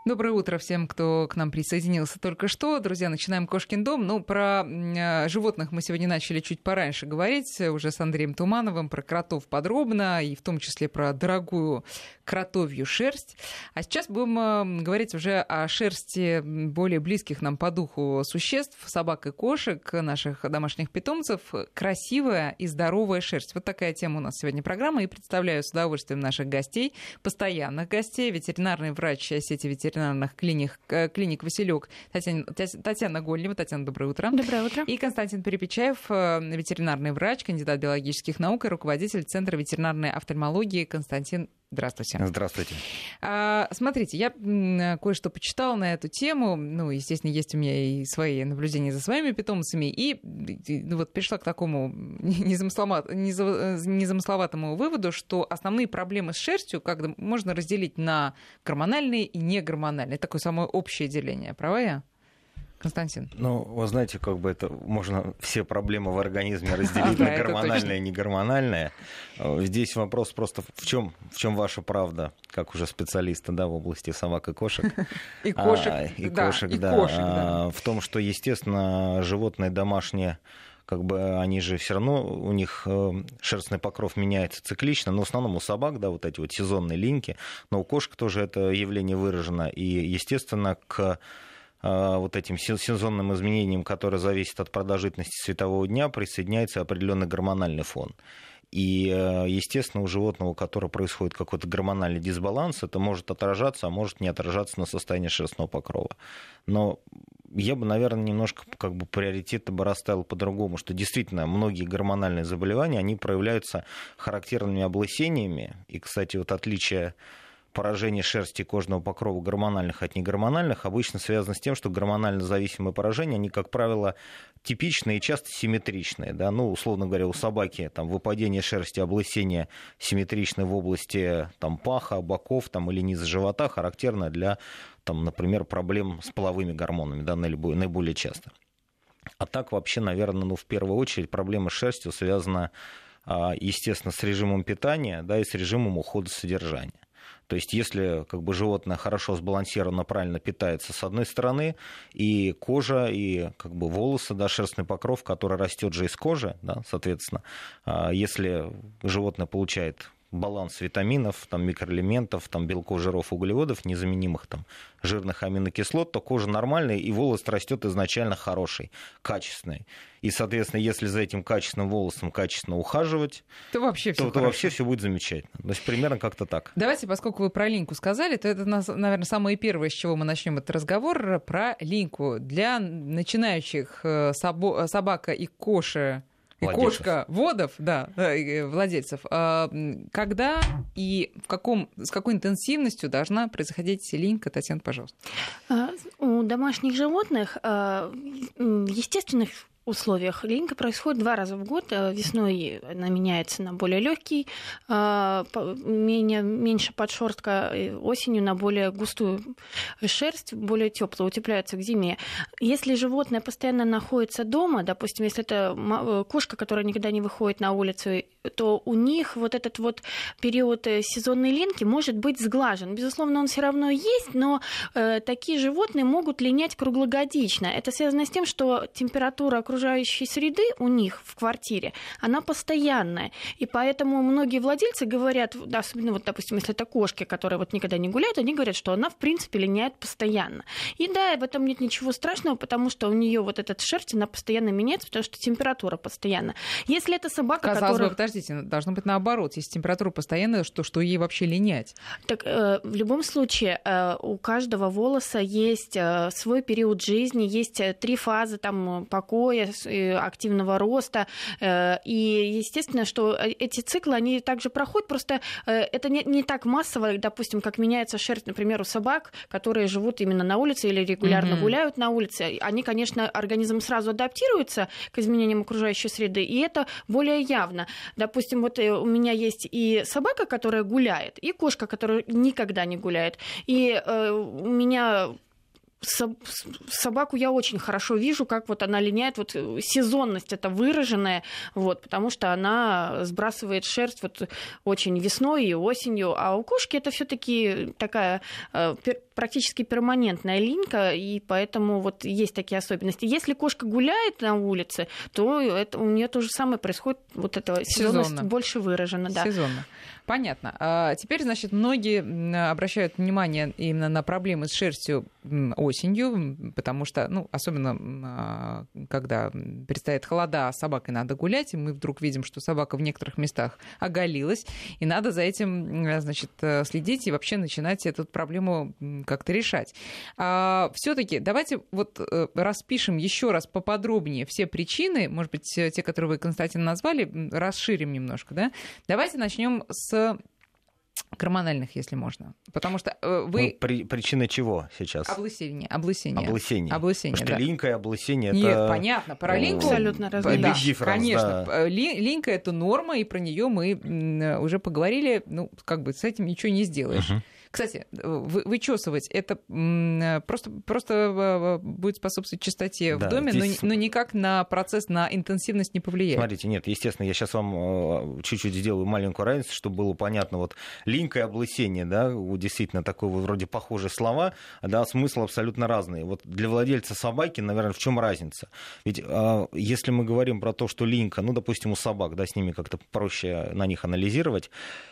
Доброе утро всем, кто к нам присоединился только что. Друзья, начинаем «Кошкин дом». Ну, про животных мы сегодня начали чуть пораньше говорить, уже с Андреем Тумановым, про кротов подробно, и в том числе про дорогую кротовью шерсть. А сейчас будем говорить уже о шерсти более близких нам по духу существ, собак и кошек, наших домашних питомцев. Красивая и здоровая шерсть. Вот такая тема у нас сегодня программа. И представляю с удовольствием наших гостей, постоянных гостей, ветеринарный врач сети ветеринарных клиник «Василек» Татьяна Гольнева. Татьяна, доброе утро. Доброе утро. И Константин Перепечаев, ветеринарный врач, кандидат биологических наук и руководитель Центра ветеринарной офтальмологии. Константин, здравствуйте. Здравствуйте. Смотрите, я кое-что почитала на эту тему. Ну, естественно, есть у меня и свои наблюдения за своими питомцами. И вот пришла к такому незамысловатому выводу, что основные проблемы с шерстью как можно разделить на гормональные и негормональные. Такое самое общее деление. Права я? Константин. Ну, вы знаете, как бы это можно все проблемы в организме разделить на гормональные и негормональные. Здесь вопрос просто в чем ваша правда, как уже специалиста, да, в области собак и кошек. И кошек, да. В том, что, естественно, животные домашние, как бы они же все равно, у них шерстный покров меняется циклично, но в основном у собак, да, вот эти вот сезонные линьки, но у кошек тоже это явление выражено. И, естественно, к вот этим сезонным изменениям, которые зависят от продолжительности светового дня, присоединяется определенный гормональный фон. И, естественно, у животного, у которого происходит какой-то гормональный дисбаланс, это может отражаться, а может не отражаться на состоянии шерстного покрова. Но я бы, наверное, немножко как бы приоритеты бы расставил по-другому, что действительно многие гормональные заболевания, они проявляются характерными облысениями. И, кстати, вот отличие поражение шерсти кожного покрова гормональных от негормональных обычно связано с тем, что гормонально зависимые поражения, они, как правило, типичные и часто симметричные. Да? Ну, условно говоря, у собаки там, выпадение шерсти, облысение симметричное в области там, паха, боков там, или низа живота, характерно для, там, например, проблем с половыми гормонами, да, наиболее часто. А так вообще, наверное, в первую очередь проблема с шерстью связана, естественно, с режимом питания, да, и с режимом ухода содержания. То есть если как бы, животное хорошо сбалансировано, правильно питается с одной стороны, и кожа, и как бы, волосы, да, шерстный покров, который растет же из кожи, да, соответственно, если животное получает баланс витаминов, там, микроэлементов, там, белков, жиров, углеводов, незаменимых там, жирных аминокислот, то кожа нормальная, и волос растет изначально хороший, качественный. И, соответственно, если за этим качественным волосом качественно ухаживать, то вообще все будет замечательно. То есть примерно как-то так. Давайте, поскольку вы про линьку сказали, то это, наверное, самое первое, с чего мы начнем этот разговор, про линьку. Для начинающих собака и кошка, кошка-водов, да, владельцев, когда и с какой интенсивностью должна происходить линька? Татьяна, пожалуйста. У домашних животных естественных условиях линька происходит 2 раза в год. Весной она меняется на более легкий, меньше подшерстка, осенью на более густую шерсть, более теплую, утепляется к зиме. Если животное постоянно находится дома, допустим, если это кошка, которая никогда не выходит на улицу, то у них вот этот вот период сезонной линьки может быть сглажен. Безусловно, он все равно есть, но такие животные могут линять круглогодично. Это связано с тем, что температура окружающей среды у них в квартире, она постоянная. И поэтому многие владельцы говорят, особенно, вот, допустим, если это кошки, которые вот никогда не гуляют, они говорят, что она, в принципе, линяет постоянно. И да, в этом нет ничего страшного, потому что у нее вот эта шерсть, она постоянно меняется, потому что температура постоянна. Если это собака, казалось бы, подождите, должно быть наоборот. Если температура постоянная, что ей вообще линять? Так, в любом случае, у каждого волоса есть свой период жизни, есть 3 фазы там, покоя, активного роста. И естественно, что эти циклы, они также проходят, просто это не так массово, допустим, как меняется шерсть, например, у собак, которые живут именно на улице или регулярно гуляют на улице. Они, конечно, организм сразу адаптируется к изменениям окружающей среды, и это более явно. Допустим, вот у меня есть и собака, которая гуляет, и кошка, которая никогда не гуляет. И у меня собаку я очень хорошо вижу, как вот она линяет, вот сезонность это выраженная, вот, потому что она сбрасывает шерсть вот очень весной и осенью, а у кошки это все-таки такая практически перманентная линька, и поэтому вот есть такие особенности. Если кошка гуляет на улице, то это, у нее то же самое происходит, вот эта сезонность больше выражена. Да. Сезонно. Понятно. А теперь, значит, многие обращают внимание именно на проблемы с шерстью осенью, потому что, ну, особенно когда предстоят холода, а с собакой надо гулять, и мы вдруг видим, что собака в некоторых местах оголилась, и надо за этим, значит, следить и вообще начинать эту проблему как-то решать. Все-таки давайте вот распишем еще раз поподробнее все причины, может быть, те, которые вы, Константин, назвали, расширим немножко, да? Давайте начнем с гормональных, если можно. Потому что вы... Причина чего сейчас? Облысение. Потому что линька и облысение это... Нет, понятно. Про линьку... Абсолютно разные. Да, конечно. Да. Линька — это норма, и про нее мы уже поговорили. Ну, как бы с этим ничего не сделаешь. Кстати, вычесывать это просто будет способствовать чистоте в доме, здесь... но никак на процесс, на интенсивность не повлияет. Смотрите, нет, естественно, я сейчас вам чуть-чуть сделаю маленькую разницу, чтобы было понятно. Вот линька и облысение, да, действительно такое вроде похожие слова, да, смысл абсолютно разный. Вот для владельца собаки, наверное, в чем разница? Ведь если мы говорим про то, что линька, ну, допустим, у собак, да, с ними как-то проще на них анализировать,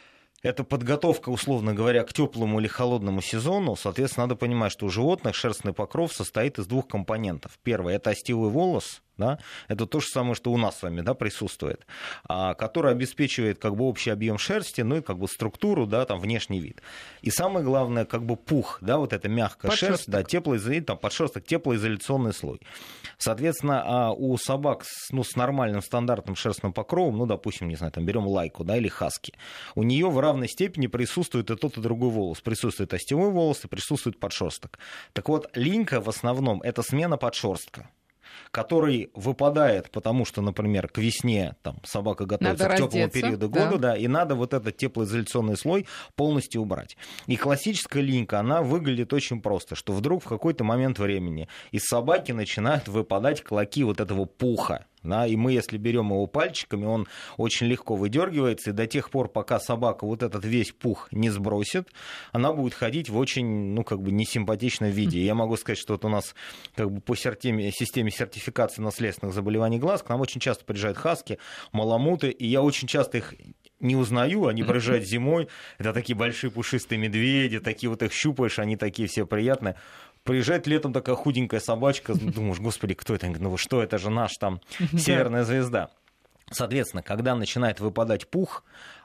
это подготовка, условно говоря, к теплому или холодному сезону. Соответственно, надо понимать, что у животных шерстный покров состоит из двух компонентов. Первое – это остилый волос. Да? Это то же самое, что у нас с вами, да, присутствует, который обеспечивает как бы общий объем шерсти, ну и как бы структуру, да, там, внешний вид. И самое главное, как бы пух, да, вот эта мягкая шерсть, да, подшерсток, теплоизоляционный слой. Соответственно, у собак с нормальным стандартным шерстным покровом, ну, допустим, не знаю, там берем лайку, да, или хаски, у нее в равной степени присутствует и тот, и другой волос. Присутствует остевой волос и присутствует подшерсток. Так вот, линька в основном это смена подшерстка, который выпадает, потому что, например, к весне там, собака готовится к теплому периоду года, да, и надо вот этот теплоизоляционный слой полностью убрать. И классическая линька, она выглядит очень просто, что вдруг в какой-то момент времени из собаки начинают выпадать клоки вот этого пуха. Да, и мы, если берем его пальчиками, он очень легко выдергивается, и до тех пор, пока собака вот этот весь пух не сбросит, она будет ходить в очень, ну, как бы несимпатичном виде. И я могу сказать, что вот у нас как бы по системе сертификации наследственных заболеваний глаз к нам очень часто приезжают хаски, маламуты, и я очень часто их не узнаю, они приезжают зимой, это такие большие пушистые медведи, такие вот их щупаешь, они такие все приятные. Приезжает летом такая худенькая собачка, думаешь, господи, кто это? Ну что, это же наш там северная звезда. Соответственно, когда начинает выпадать пух,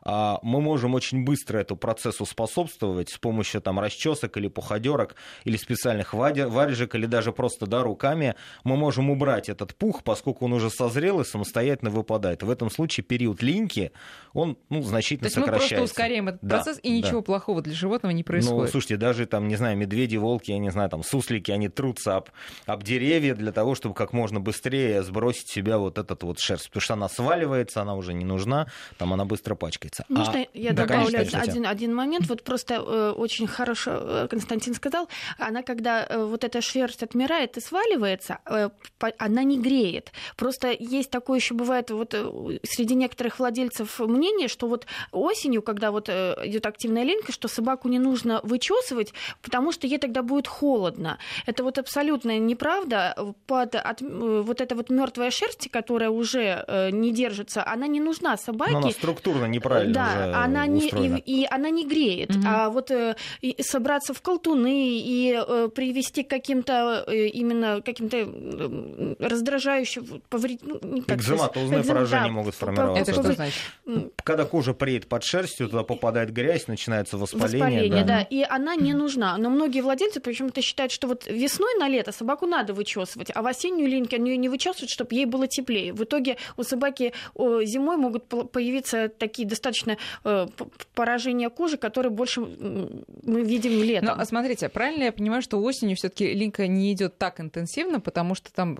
мы можем очень быстро этому процессу способствовать с помощью там, расчесок или пуходерок, или специальных варежек, или даже просто руками. Мы можем убрать этот пух, поскольку он уже созрел и самостоятельно выпадает. В этом случае период линьки, он значительно сокращается. То есть мы просто ускоряем этот процесс, и ничего плохого для животного не происходит. Ну, слушайте, даже там, не знаю, медведи, волки, я не знаю, там, суслики, они трутся об деревья для того, чтобы как можно быстрее сбросить с себя вот этот вот шерсть. Потому что она сваливается, она уже не нужна, там она быстро пачкается. Можно я добавлю один момент? Вот просто очень хорошо Константин сказал, она когда вот эта шерсть отмирает и сваливается, она не греет. Просто есть такое еще бывает вот среди некоторых владельцев мнение, что вот осенью, когда вот идет активная линька, что собаку не нужно вычесывать, потому что ей тогда будет холодно. Это вот абсолютная неправда. Вот эта вот мертвая шерсть, которая уже не держится, она не нужна собаке. Но она структурно неправильно да, она не греет. А вот собраться в колтуны и привести к каким-то раздражающим, экзематозные поражения могут сформироваться. Это что значит? Когда кожа преет под шерстью, туда попадает грязь, начинается воспаление. Да, и она не нужна. Но многие владельцы почему-то считают, что вот весной на лето собаку надо вычесывать, а в осеннюю линьку они ее не вычесывают, чтобы ей было теплее. В итоге у собаки зимой могут появиться такие достаточно достаточно поражения кожи, которые больше мы видим летом. Но смотрите, правильно я понимаю, что осенью все-таки линька не идет так интенсивно, потому что там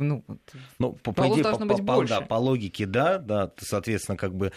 волос должно быть больше. Да, по логике, да, соответственно, как бы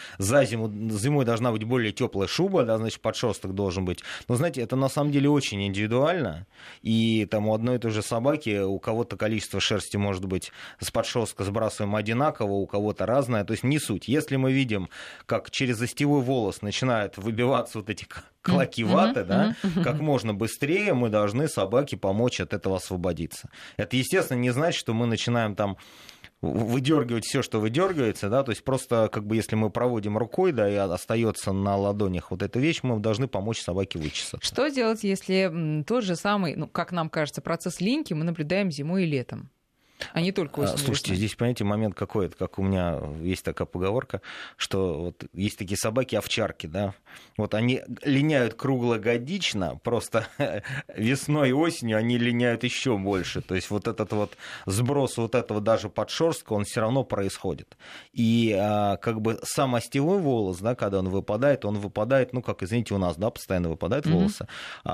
зимой должна быть более теплая шуба, да, значит, подшерсток должен быть. Но, знаете, это на самом деле очень индивидуально, и там у одной и той же собаки у кого-то количество шерсти может быть с подшерстка сбрасываем одинаково, у кого-то разное, то есть не суть. Если мы видим, как через застевой волос начинают выбиваться вот эти клоки ваты, да, как можно быстрее мы должны собаке помочь от этого освободиться. Это, естественно, не значит, что мы начинаем там выдергивать все, что выдергивается, да, то есть просто как бы если мы проводим рукой, да, и остается на ладонях вот эта вещь, мы должны помочь собаке вычесаться. Что делать, если тот же самый, как нам кажется, процесс линьки мы наблюдаем зимой и летом? А не только осенью. Слушайте, здесь, понимаете, момент какой, это как у меня есть такая поговорка, что вот есть такие собаки-овчарки, да, вот они линяют круглогодично, просто весной и осенью они линяют еще больше, то есть вот этот вот сброс вот этого даже подшерстка, он все равно происходит. И как бы сам остевой волос, да, когда он выпадает, как, извините, у нас, да, постоянно выпадают волосы,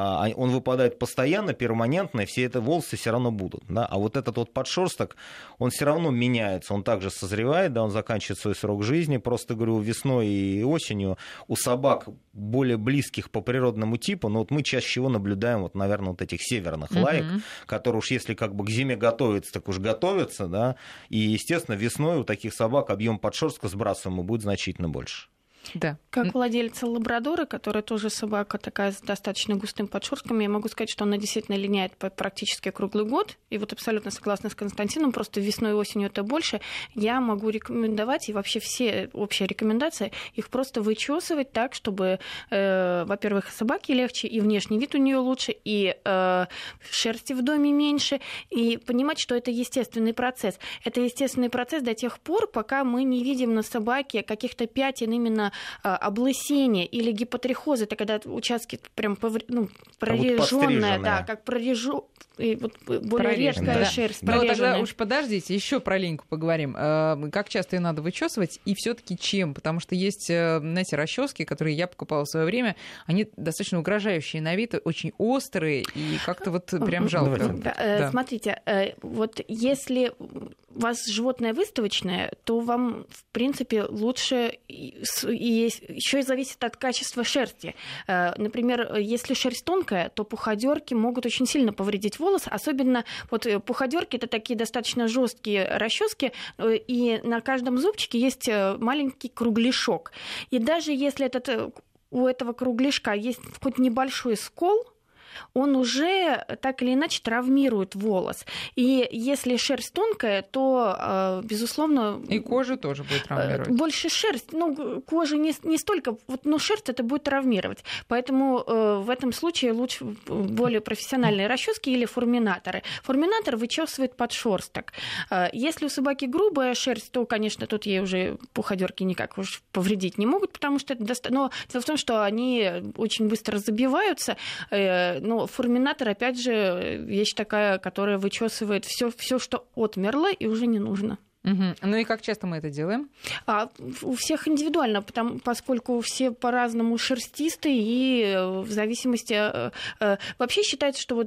он выпадает постоянно, перманентно, и все эти волосы все равно будут, да, а вот этот вот подшерсток, он все равно меняется, он также созревает, да, он заканчивает свой срок жизни. Просто, говорю, весной и осенью у собак более близких по природному типу, но вот мы чаще всего наблюдаем, вот, наверное, вот этих северных лаек, которые уж если как бы к зиме готовятся, так уж готовятся, да, и, естественно, весной у таких собак объем подшерстка сбрасываемый будет значительно больше. Да. Как владельца лабрадора, которая тоже собака такая с достаточно густым подшерстком, я могу сказать, что она действительно линяет практически круглый год. И вот абсолютно согласна с Константином, просто весной и осенью это больше. Я могу рекомендовать, и вообще все общие рекомендации, их просто вычесывать так, чтобы, во-первых, собаке легче, и внешний вид у нее лучше, и шерсти в доме меньше, и понимать, что это естественный процесс. Это естественный процесс до тех пор, пока мы не видим на собаке каких-то пятен именно облысение или гипотрихоза, это когда участки прям прорежённые, да, как более редкая шерсть. Ну, тогда уж подождите, еще про линьку поговорим. Как часто ее надо вычесывать и все-таки чем? Потому что есть, знаете, расчески, которые я покупала в свое время, они достаточно угрожающие на вид, очень острые и как-то вот прям жалко. Да. Смотрите, вот если у вас животное выставочное, то вам, в принципе, лучше и еще и зависит от качества шерсти. Например, если шерсть тонкая, то пуходерки могут очень сильно повредить волос, особенно вот пуходерки это такие достаточно жесткие расчески, и на каждом зубчике есть маленький кругляшок. И даже если у этого кругляшка есть хоть небольшой скол, он уже так или иначе травмирует волос. И если шерсть тонкая, то, безусловно... И кожу тоже будет травмировать. Больше шерсть. Кожа не столько... но шерсть это будет травмировать. Поэтому в этом случае лучше более профессиональные расчески или фурминаторы. Фурминатор вычесывает подшерсток. Если у собаки грубая шерсть, то, конечно, тут ей уже пуходерки никак уж повредить не могут, потому что это Но дело в том, что они очень быстро забиваются. Но фурминатор, опять же, вещь такая, которая вычесывает все, что отмерло и уже не нужно. Ну и как часто мы это делаем? У всех индивидуально, поскольку все по-разному шерстистые, и в зависимости... Вообще считается, что вот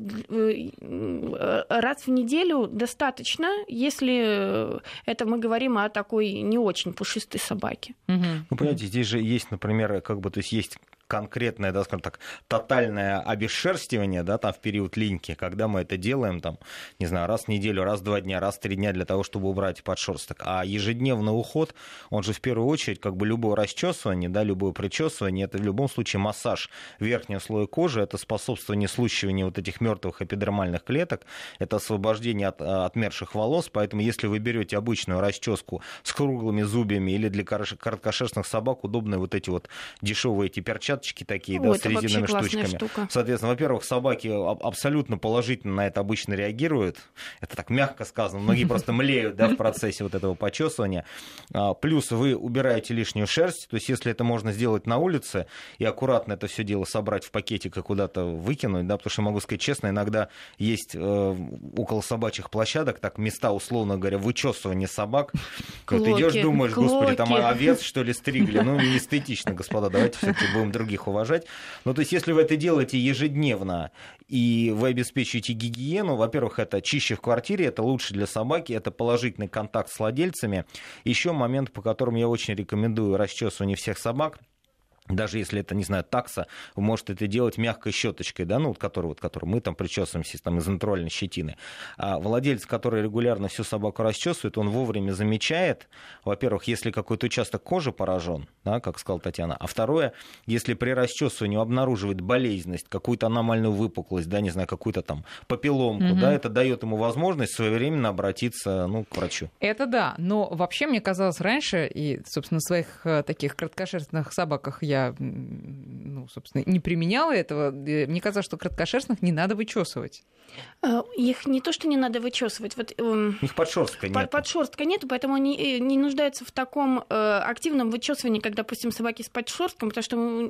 раз в неделю достаточно, если это мы говорим о такой не очень пушистой собаке. Ну, понимаете, здесь же есть, например, то есть есть конкретное, да, скажем так, тотальное обесшерстивание, да, там в период линьки, когда мы это делаем, там, не знаю, раз в неделю, раз в 2 дня, раз в 3 дня для того, чтобы убрать подшерсток. А ежедневный уход, он же в первую очередь, как бы любое расчесывание, да, любое причесывание, это в любом случае массаж верхнего слоя кожи, это способствование слущиванию вот этих мертвых эпидермальных клеток, это освобождение от отмерших волос, поэтому если вы берете обычную расческу с круглыми зубьями или для короткошерстных собак удобные вот эти вот дешевые эти перчатки, перчаточки такие, да, с резиновыми штучками. Штука. Соответственно, во-первых, собаки абсолютно положительно на это обычно реагируют. Это так мягко сказано. Многие просто млеют, да, в процессе вот этого почесывания. Плюс вы убираете лишнюю шерсть. То есть, если это можно сделать на улице и аккуратно это все дело собрать в пакетик и куда-то выкинуть, да, потому что, могу сказать честно, иногда есть около собачьих площадок так места, условно говоря, вычесывания собак. Вот идешь, думаешь, господи, там овец, что ли, стригли. Ну, не эстетично, господа, давайте все-таки будем других уважать. Ну, то есть, если вы это делаете ежедневно, и вы обеспечиваете гигиену, во-первых, это чище в квартире, это лучше для собаки, это положительный контакт с владельцами. Еще момент, по которому я очень рекомендую расчесывание всех собак. Даже если это, не знаю, такса, вы можете это делать мягкой щеточкой, да, ну, которую мы там причесываемся там, из натуральной щетины. А владелец, который регулярно всю собаку расчесывает, он вовремя замечает, во-первых, если какой-то участок кожи поражен, да, как сказала Татьяна, а второе, если при расчесывании обнаруживает болезненность, какую-то аномальную выпуклость, да, не знаю, какую-то там папилломку, да, это дает ему возможность своевременно обратиться, ну, к врачу. Это да, но вообще мне казалось раньше, и, собственно, в своих таких краткошерстных собаках я, ну, собственно, не применяла этого. Мне казалось, что краткошерстных не надо вычесывать. Их не то, что не надо вычесывать. Вот, их подшерстка нет. Подшерстка нет, поэтому они не нуждаются в таком активном вычесывании, как, допустим, собаки с подшерстком, потому что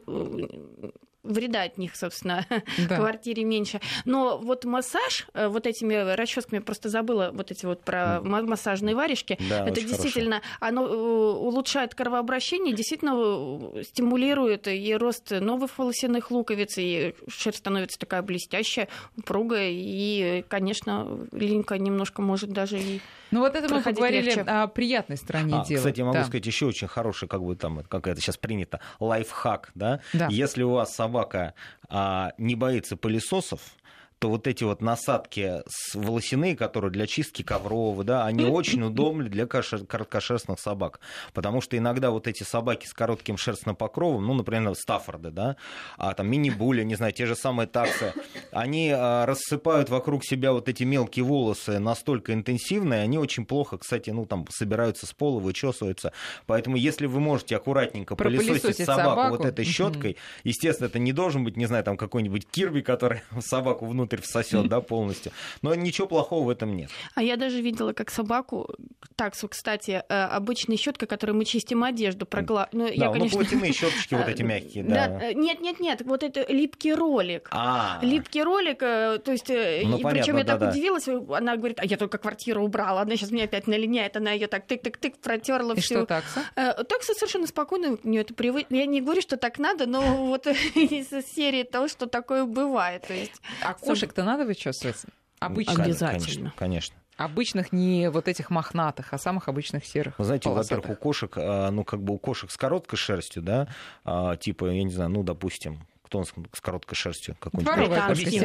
вреда от них, собственно, в квартире меньше. Но вот массаж вот этими расческами, просто забыла вот эти вот про массажные варежки, да, это действительно, оно улучшает кровообращение, действительно стимулирует и рост новых волосяных луковиц, и шерсть становится такая блестящая, упругая, и, конечно, линька немножко может даже и ну вот это мы поговорили легче. О приятной стороне дела. Кстати, я могу сказать еще очень хороший, как бы там, как это сейчас принято, лайфхак, да? Если у вас собака не боится пылесосов, то вот эти вот насадки волосяные, которые для чистки ковров, да, они очень удобны для короткошерстных собак. Потому что иногда вот эти собаки с коротким шерстным покровом, ну, например, стаффорды, да, там мини-були, не знаю, те же самые таксы, они рассыпают вокруг себя вот эти мелкие волосы настолько интенсивно, и они очень плохо, кстати, ну, там, собираются с пола, вычесываются. Поэтому если вы можете аккуратненько пылесосить собаку вот этой щеткой, естественно, это не должен быть, не знаю, там какой-нибудь Кирби, который собаку внутрь всосет, да, полностью. Но ничего плохого в этом нет. А я даже видела, как собаку, таксу, кстати, обычной щеткой, которой мы чистим одежду, ну, платяные щеточки вот эти мягкие, да. Нет, вот это липкий ролик. Липкий ролик, то есть, причем я так удивилась, она говорит, а я только квартиру убрала, она сейчас меня опять налиняет, она ее так тык-тык-тык протерла всю. И что такса? Такса совершенно спокойно, у нее это привычно. Я не говорю, что так надо, но вот из серии того, что такое бывает. То есть, кошек-то надо вычесывать? Обычно. Обязательно. Конечно. Обычных, не вот этих мохнатых, а самых обычных серых. Вы знаете, во-первых, у кошек, ну, как бы у кошек с короткой шерстью, да, типа, я не знаю, ну, допустим, кто он с короткой шерстью? Какой-нибудь?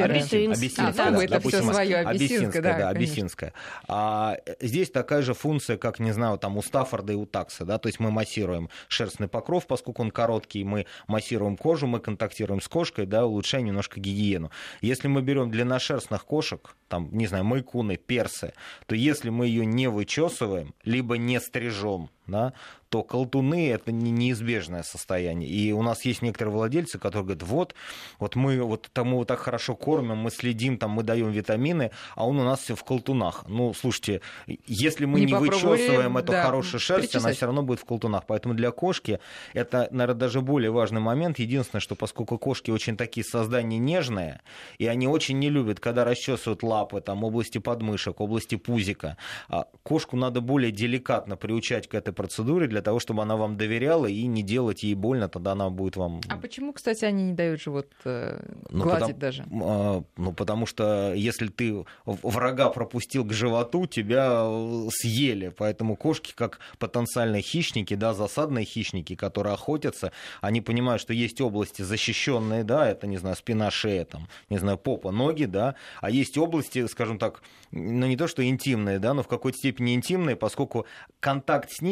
Абиссинская. Здесь такая же функция, как, не знаю, там у стаффорда и у такса, да, то есть мы массируем шерстный покров, поскольку он короткий, мы массируем кожу, мы контактируем с кошкой, да, улучшаем немножко гигиену. Если мы берем длинношерстных кошек, там, не знаю, майкуны, персы, то если мы ее не вычесываем, либо не стрижем, да, то колтуны — это неизбежное состояние. И у нас есть некоторые владельцы, которые говорят, вот мы вот так хорошо кормим, мы следим, там, мы даем витамины, а он у нас все в колтунах. Ну, слушайте, если мы не вычесываем эту хорошую шерсть, она все равно будет в колтунах. Поэтому для кошки это, наверное, даже более важный момент. Единственное, что поскольку кошки очень такие создания нежные, и они очень не любят, когда расчесывают лапы, там, области подмышек, области пузика, кошку надо более деликатно приучать к этой процедуре для того, чтобы она вам доверяла и не делать ей больно, тогда она будет вам... А почему, кстати, они не дают живот гладить даже? Потому что если ты врага пропустил к животу, тебя съели. Поэтому кошки, как потенциальные хищники, да, засадные хищники, которые охотятся, они понимают, что есть области защищенные, да, это, не знаю, спина, шея, там, не знаю, попа, ноги, да, а есть области, скажем так, ну не то что интимные, да, но в какой-то степени интимные, поскольку контакт с ними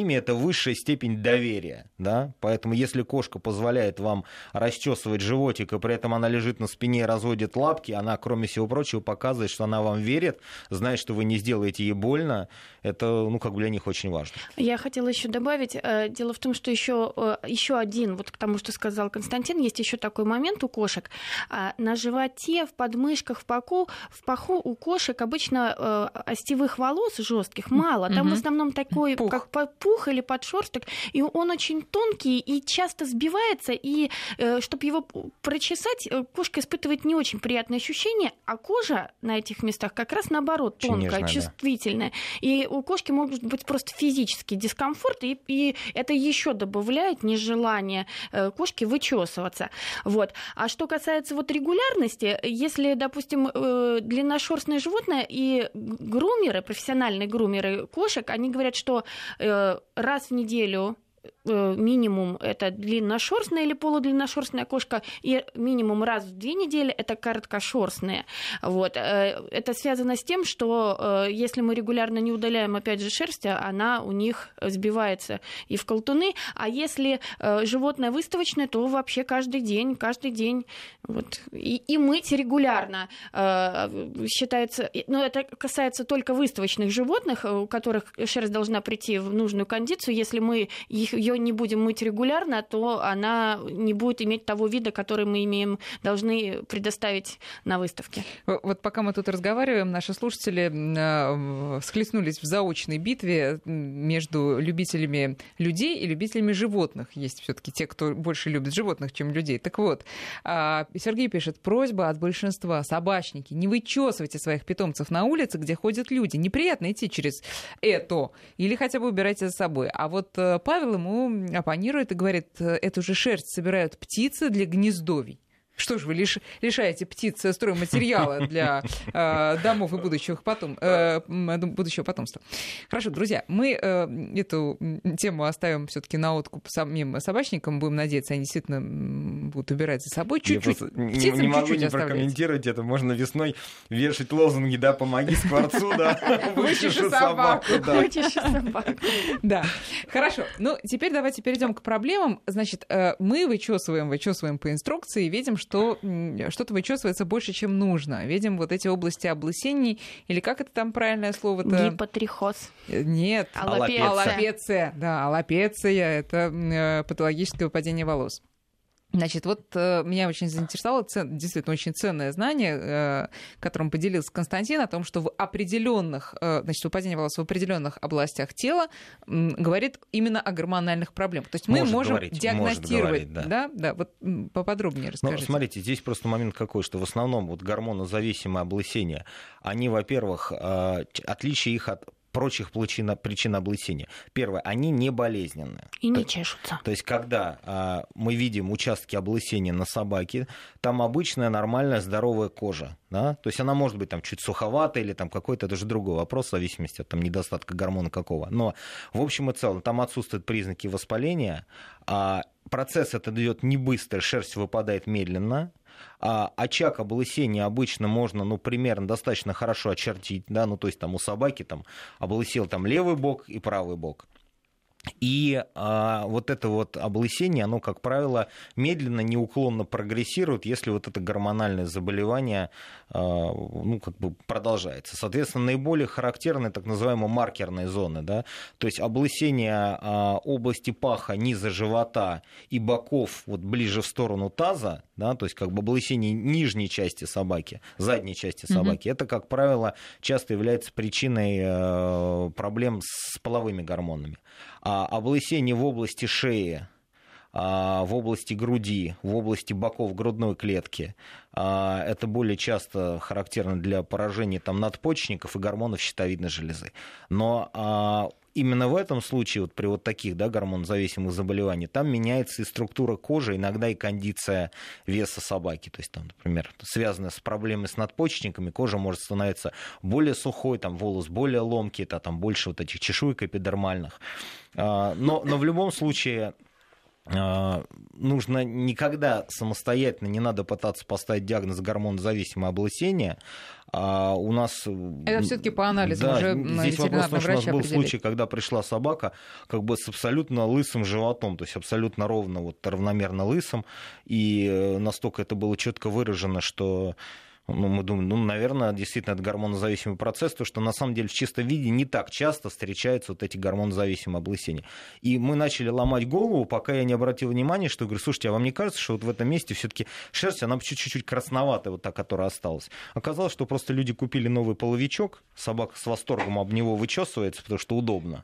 ними это высшая степень доверия, да, поэтому если кошка позволяет вам расчесывать животик, и при этом она лежит на спине и разводит лапки, она, кроме всего прочего, показывает, что она вам верит, знает, что вы не сделаете ей больно, это, как бы для них очень важно. Я хотела еще добавить, дело в том, что еще один, вот к тому, что сказал Константин, есть еще такой момент у кошек. На животе, в подмышках, в паху у кошек обычно остевых волос жестких мало. Там в основном такой, пух. Как пух или подшерсток, и он очень тонкий и часто сбивается, и чтобы его прочесать, кошка испытывает не очень приятные ощущения, а кожа на этих местах как раз наоборот тонкая, нежная, чувствительная. Да. И у кошки может быть просто физический дискомфорт, и это еще добавляет нежелание кошки вычесываться. Вот. А что касается регулярности, если, допустим, длинношерстное животное и грумеры, профессиональные грумеры кошек, они говорят, что раз в неделю минимум это длинношерстная или полудлинношерстная кошка, и минимум раз в 2 недели это короткошерстная. Вот. Это связано с тем, что если мы регулярно не удаляем, опять же, шерсть, она у них сбивается и в колтуны, а если животное выставочное, то вообще каждый день. Вот. И мыть регулярно считается, но это касается только выставочных животных, у которых шерсть должна прийти в нужную кондицию. Если мы ее не будем мыть регулярно, то она не будет иметь того вида, который мы должны предоставить на выставке. Вот пока мы тут разговариваем, наши слушатели схлестнулись в заочной битве между любителями людей и любителями животных. Есть все-таки те, кто больше любит животных, чем людей. Так вот, Сергей пишет: просьба от большинства: собачники, не вычесывайте своих питомцев на улице, где ходят люди. Неприятно идти через это. Или хотя бы убирайте за собой. А вот Павел ему оппонирует и говорит: эту же шерсть собирают птицы для гнездовий. Что же вы лишаете птиц стройматериала для домов и будущего потомства? Хорошо, друзья, мы эту тему оставим все-таки на откуп самим собачникам. Будем надеяться, они действительно будут убирать за собой чуть-чуть. Не могу не прокомментировать это. Можно весной вешать лозунги: да, помоги Скворцу, да, вычеши собаку. Вычеши собаку. Да, хорошо. Ну, теперь давайте перейдем к проблемам. Значит, мы вычесываем по инструкции, видим, что что-то вычесывается больше, чем нужно. Видим вот эти области облысений, или как это там правильное слово-то? Гипотрихоз. Нет. Аллопеция. Да, аллопеция — это патологическое выпадение волос. Значит, вот меня очень заинтересовало действительно очень ценное знание, которым поделился Константин, о том, что в определенных, значит, выпадение волос в определенных областях тела говорит именно о гормональных проблемах. То есть мы можем диагностировать. Да, вот поподробнее расскажите. Смотрите, здесь просто момент какой, что в основном вот гормонозависимые облысения, они, во-первых, отличие их от прочих причин облысения. Первое, они не болезненные. И не чешутся. То есть, когда мы видим участки облысения на собаке, там обычная, нормальная, здоровая кожа. Да? То есть она может быть там чуть суховатая или там какой-то, это же другой вопрос, в зависимости от там, недостатка гормона какого. Но в общем и целом там отсутствуют признаки воспаления, процесс этот идет не быстро, шерсть выпадает медленно. Очаг облысения обычно можно, примерно достаточно хорошо очертить, да, то есть там у собаки там облысел там левый бок и правый бок. И вот это вот облысение, оно, как правило, медленно, неуклонно прогрессирует, если вот это гормональное заболевание продолжается. Соответственно, наиболее характерны так называемые маркерные зоны. Да? То есть облысение области паха, низа живота и боков вот ближе в сторону таза, да? То есть как бы облысение нижней части собаки, задней части собаки, это, как правило, часто является причиной проблем с половыми гормонами. Облысение в области шеи, в области груди, в области боков грудной клетки, это более часто характерно для поражения там, надпочечников и гормонов щитовидной железы. Но именно в этом случае, вот при вот таких гормонозависимых заболеваниях, там меняется и структура кожи, иногда и кондиция веса собаки. То есть, там, например, связанная с проблемой с надпочечниками, кожа может становиться более сухой, там, волос более ломкий, там больше вот этих чешуек эпидермальных. Но в любом случае нужно никогда самостоятельно, не надо пытаться поставить диагноз гормонозависимое облысение. У нас... Это все-таки по анализу уже здесь вопрос, потому что у нас был определить. случай, когда пришла собака как бы с абсолютно лысым животом, то есть абсолютно ровно, вот, равномерно лысым, и настолько это было четко выражено, что... мы думаем, наверное, действительно, это гормонозависимый процесс, потому что на самом деле в чистом виде не так часто встречаются вот эти гормонозависимые облысения. И мы начали ломать голову, пока я не обратил внимания, что говорю, слушайте, а вам не кажется, что вот в этом месте все-таки шерсть, она чуть-чуть красноватая, вот та, которая осталась. Оказалось, что просто люди купили новый половичок, собака с восторгом об него вычесывается, потому что удобно.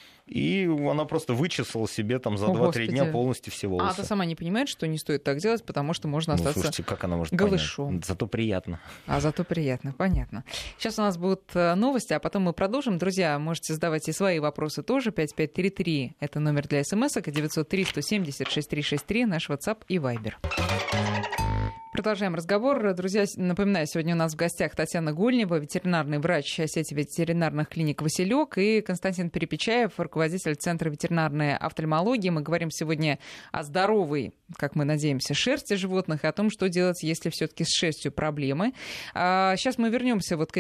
И она просто вычесала себе там за 2-3 дня полностью все волосы. А она сама не понимает, что не стоит так делать, потому что можно остаться слушайте, как она может голышом. Понять? Зато приятно. Зато приятно, понятно. Сейчас у нас будут новости, а потом мы продолжим. Друзья, можете задавать и свои вопросы тоже. 5533 — это номер для смс-ок, 903-170-6363, наш WhatsApp и Viber. Продолжаем разговор. Друзья, напоминаю, сегодня у нас в гостях Татьяна Гольнева, ветеринарный врач сети ветеринарных клиник «Василек», и Константин Перепечаев, руководитель Центра ветеринарной офтальмологии. Мы говорим сегодня о здоровой, как мы надеемся, шерсти животных и о том, что делать, если все-таки с шерстью проблемы. Сейчас мы вернемся вот к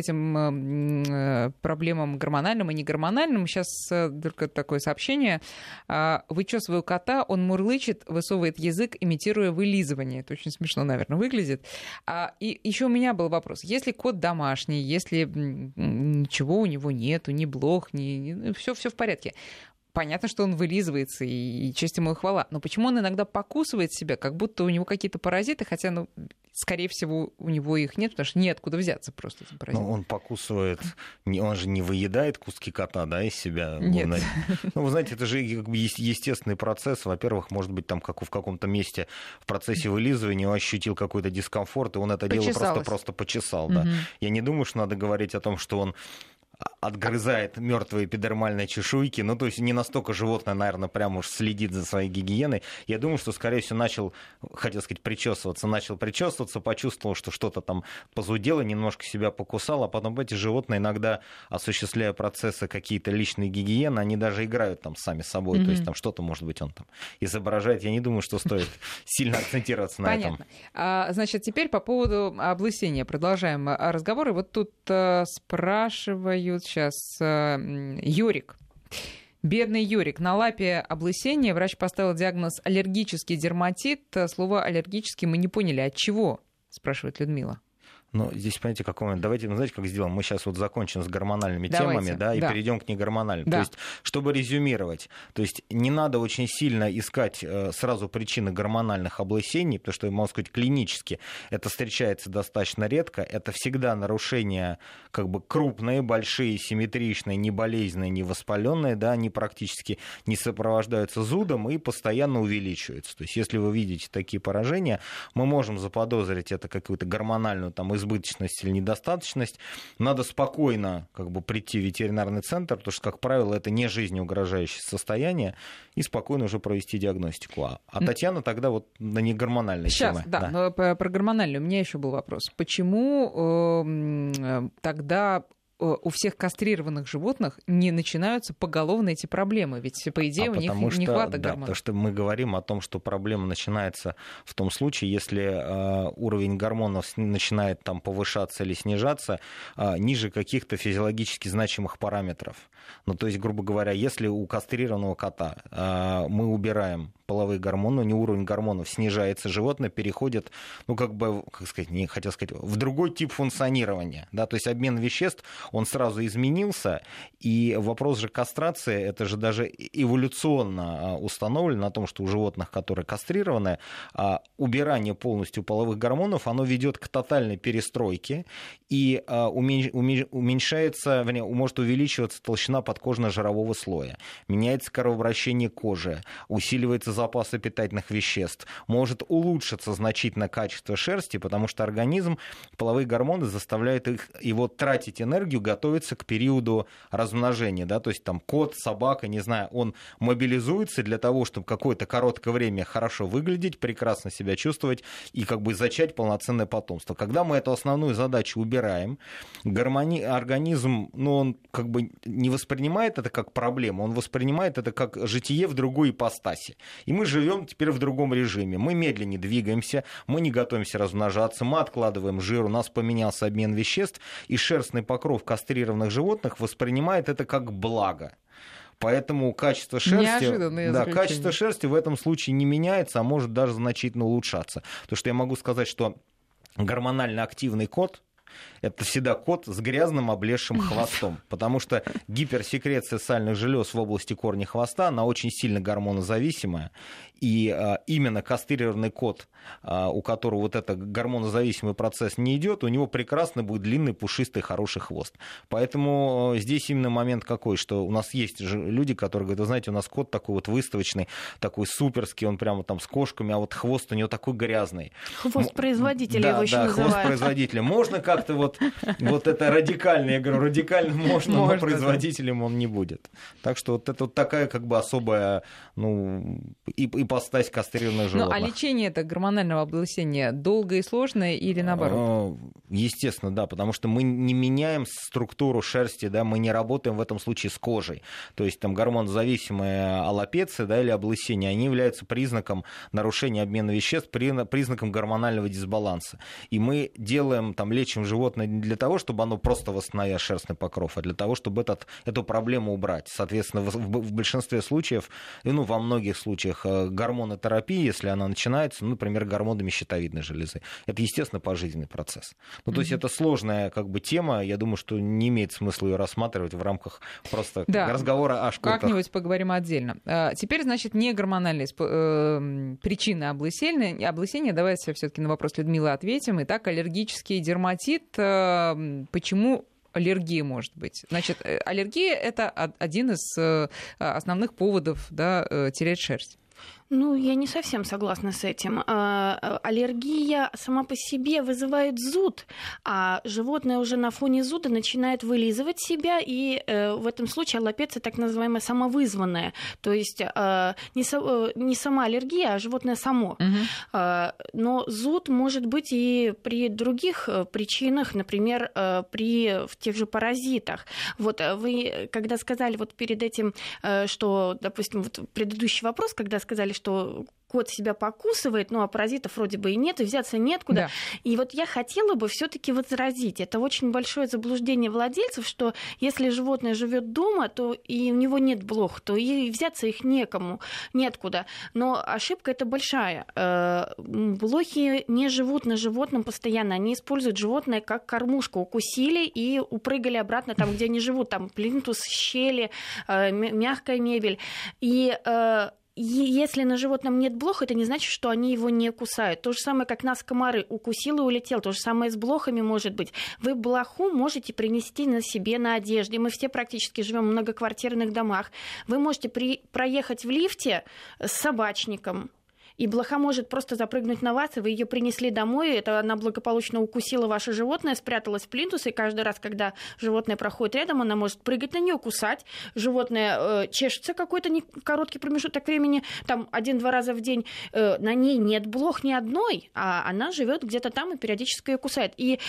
этим проблемам гормональным и негормональным. Сейчас только такое сообщение. Вычесываю кота, он мурлычет, высовывает язык, имитируя вылизывание. Это очень смешно, наверное, выглядит. И еще у меня был вопрос. Если кот домашний, если ничего у него нету, ни блох, все в порядке. Понятно, что он вылизывается, и честь ему и хвала. Но почему он иногда покусывает себя, как будто у него какие-то паразиты, хотя, скорее всего, у него их нет, потому что неоткуда взяться просто этим паразитом. Он покусывает, он же не выедает куски кота, да, из себя? Нет. Вы знаете, это же естественный процесс. Во-первых, может быть, там как в каком-то месте в процессе вылизывания он ощутил какой-то дискомфорт, и он это дело просто почесал. Да. Я не думаю, что надо говорить о том, что он отгрызает мертвые эпидермальные чешуйки. То есть не настолько животное, наверное, прямо уж следит за своей гигиеной. Я думаю, что, скорее всего, начал причесываться, почувствовал, что что-то там позудело, немножко себя покусал, а потом эти животные иногда, осуществляя процессы какие-то личной гигиены, они даже играют там сами с собой. То есть там что-то, может быть, он там изображает. Я не думаю, что стоит сильно акцентироваться на этом. Понятно. Значит, теперь по поводу облысения. Продолжаем разговор. И вот тут спрашивают сейчас Юрик. Бедный Юрик. На лапе облысение. Врач поставил диагноз аллергический дерматит. Слово аллергический мы не поняли. От чего? Спрашивает Людмила. Здесь, понимаете, давайте, знаете, как сделаем? Мы сейчас вот закончим с гормональными темами, да, и перейдем к негормональным. Да. То есть, чтобы резюмировать, то есть не надо очень сильно искать сразу причины гормональных облысений, потому что, можно сказать, клинически это встречается достаточно редко. Это всегда нарушения как бы крупные, большие, симметричные, не болезненные, не воспаленные, да, они практически не сопровождаются зудом и постоянно увеличиваются. То есть, если вы видите такие поражения, мы можем заподозрить это какую-то гормональную избыточность или недостаточность. Надо спокойно как бы прийти в ветеринарный центр, потому что, как правило, это не жизнеугрожающее состояние, и спокойно уже провести диагностику. А Татьяна тогда вот на негормональной теме. Сейчас, да. Но про гормональную у меня еще был вопрос. Почему тогда у всех кастрированных животных не начинаются поголовно эти проблемы? Ведь, по идее, у них нехватка гормонов. Потому что мы говорим о том, что проблема начинается в том случае, если уровень гормонов начинает там повышаться или снижаться ниже каких-то физиологически значимых параметров. То есть, грубо говоря, если у кастрированного кота мы убираем половые гормоны, у него уровень гормонов снижается, животное переходит, в другой тип функционирования. Да? То есть обмен веществ, он сразу изменился, и вопрос же кастрации, это же даже эволюционно установлено о том, что у животных, которые кастрированы, убирание полностью половых гормонов, оно ведет к тотальной перестройке, и уменьшается, может увеличиваться толщина подкожно-жирового слоя, меняется кровообращение кожи, усиливается запасы питательных веществ, может улучшиться значительно качество шерсти, потому что организм, половые гормоны заставляют его тратить энергию биологию готовится к периоду размножения, да, то есть там кот, собака, не знаю, он мобилизуется для того, чтобы какое-то короткое время хорошо выглядеть, прекрасно себя чувствовать и как бы зачать полноценное потомство. Когда мы эту основную задачу убираем, организм, ну, он как бы не воспринимает это как проблему, он воспринимает это как житие в другой ипостаси. И мы живем теперь в другом режиме. Мы медленнее двигаемся, мы не готовимся размножаться, мы откладываем жир, у нас поменялся обмен веществ, и шерстный покров кастрированных животных воспринимает это как благо. Поэтому качество шерсти в этом случае не меняется, а может даже значительно улучшаться. Потому что я могу сказать, что гормонально активный кот — это всегда кот с грязным облезшим хвостом, потому что гиперсекреция сальных желез в области корня хвоста, она очень сильно гормонозависимая, и именно кастрированный кот, у которого вот этот гормонозависимый процесс не идет, у него прекрасно будет длинный, пушистый, хороший хвост. Поэтому здесь именно момент какой, что у нас есть же люди, которые говорят, вы знаете, у нас кот такой вот выставочный, такой суперский, он прямо там с кошками, а вот хвост у него такой грязный. Хвост производителя его еще называют. Да, хвост производителя. Можно как-то вот это радикально, я говорю, радикально можно, но производителем он не будет. Так что вот это вот такая как бы особая, ну, ипостась кастрированных животных. Ну, а лечение это гормонального облысения долгое и сложное или наоборот? Естественно, да, потому что мы не меняем структуру шерсти, да, мы не работаем в этом случае с кожей. То есть там гормонозависимые аллопеция, да, или облысение, они являются признаком нарушения обмена веществ, признаком гормонального дисбаланса. И мы делаем, там, лечим животное не для того, чтобы оно просто восстановило шерстный покров, а для того, чтобы эту проблему убрать. Соответственно, в большинстве случаев, ну, во многих случаях гормонотерапия, если она начинается, ну, например, гормонами щитовидной железы, это, естественно, пожизненный процесс. Ну, то есть это сложная как бы тема, я думаю, что не имеет смысла ее рассматривать в рамках просто разговора о шкурках. Как-нибудь поговорим отдельно. Теперь, значит, не гормональные причины облысения. Давайте все-таки на вопрос Людмилы ответим. Итак, аллергический дерматит. Почему аллергия может быть? Значит, аллергия — это один из основных поводов, да, терять шерсть. Ну, я не совсем согласна с этим. Аллергия сама по себе вызывает зуд, а животное уже на фоне зуда начинает вылизывать себя, и в этом случае аллопеция так называемая самовызванная. То есть не сама аллергия, а животное само. Угу. Но зуд может быть и при других причинах, например, в тех же паразитах. Вот вы, когда сказали вот перед этим, что, допустим, вот предыдущий вопрос, когда сказали, что кот себя покусывает, ну а паразитов вроде бы и нет, и взяться неоткуда. Да. И вот я хотела бы все-таки возразить. Это очень большое заблуждение владельцев, что если животное живет дома, то и у него нет блох, то и взяться их неоткуда. Но ошибка это большая. Блохи не живут на животном постоянно. Они используют животное как кормушку. Укусили и упрыгали обратно там, где они живут. Там плинтус, щели, мягкая мебель. И если на животном нет блох, это не значит, что они его не кусают. То же самое, как нас комары укусил и улетел. То же самое с блохами может быть. Вы блоху можете принести на себе, на одежде. Мы все практически живем в многоквартирных домах. Вы можете проехать в лифте с собачником, и блоха может просто запрыгнуть на вас, и вы ее принесли домой, это она благополучно укусила ваше животное, спряталась в плинтус, и каждый раз, когда животное проходит рядом, она может прыгать на нее, кусать. Животное чешется какой-то короткий промежуток времени, там 1-2 раза в день, на ней нет блох ни одной, а она живет где-то там и периодически ее кусает. И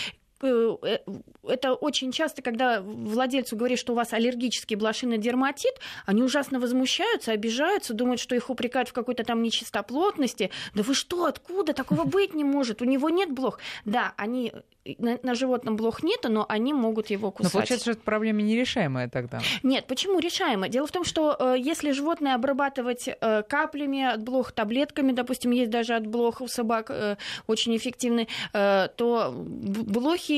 это очень часто, когда владельцу говорят, что у вас аллергический блошиный дерматит, они ужасно возмущаются, обижаются, думают, что их упрекают в какой-то там нечистоплотности. Да вы что, откуда? Такого быть не может. У него нет блох. Да, они на животном блох нет, но они могут его кусать. Но получается, что эта проблема нерешаемая тогда. Нет, почему решаемая? Дело в том, что если животное обрабатывать каплями от блох, таблетками, допустим, есть даже от блох у собак очень эффективны, то блохи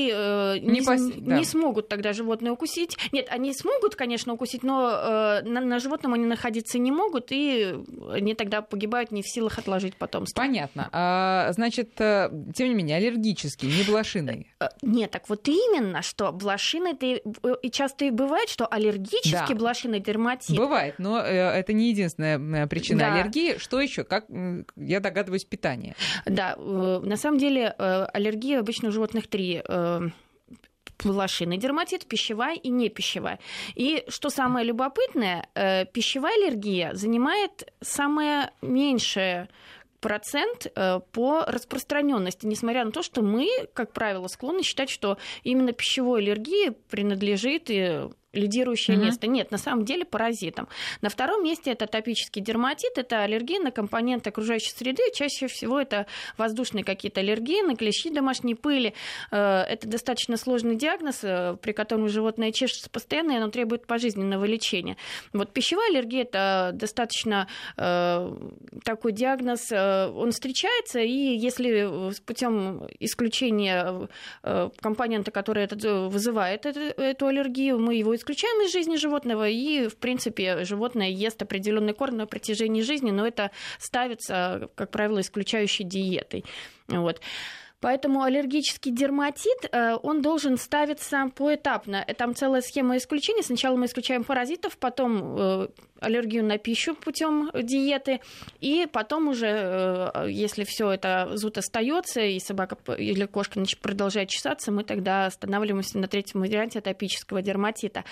не смогут тогда животное укусить. Нет, они смогут, конечно, укусить, но на животном они находиться не могут, и они тогда погибают, не в силах отложить потомство. Понятно. Значит, тем не менее, аллергический, не блошиный. Нет, так вот именно, что блошиный, и часто и бывает, что аллергический блошиный дерматит. Бывает, но это не единственная причина аллергии. Что еще? Как, я догадываюсь, питание. Да, на самом деле аллергия обычно у животных 3 блошиный дерматит, пищевая и непищевая. И что самое любопытное, пищевая аллергия занимает самое меньшее процент по распространенности, несмотря на то, что мы, как правило, склонны считать, что именно пищевой аллергии принадлежит и лидирующее место. Нет, на самом деле паразитам. На втором месте это атопический дерматит, это аллергия на компоненты окружающей среды. Чаще всего это воздушные какие-то аллергии, на клещи, домашней пыли. Это достаточно сложный диагноз, при котором животное чешется постоянно, и оно требует пожизненного лечения. Вот пищевая аллергия – это достаточно такой диагноз, он встречается, и если путем исключения компонента, который вызывает эту аллергию, мы его исключаем из жизни животного, и, в принципе, животное ест определенный корм на протяжении жизни, но это ставится, как правило, исключающей диетой. Вот. Поэтому аллергический дерматит, он должен ставиться поэтапно. Там целая схема исключения. Сначала мы исключаем паразитов, потом аллергию на пищу путем диеты, и потом уже, если все это зуд остается и собака или кошка продолжает чесаться, мы тогда останавливаемся на третьем варианте атопического дерматита.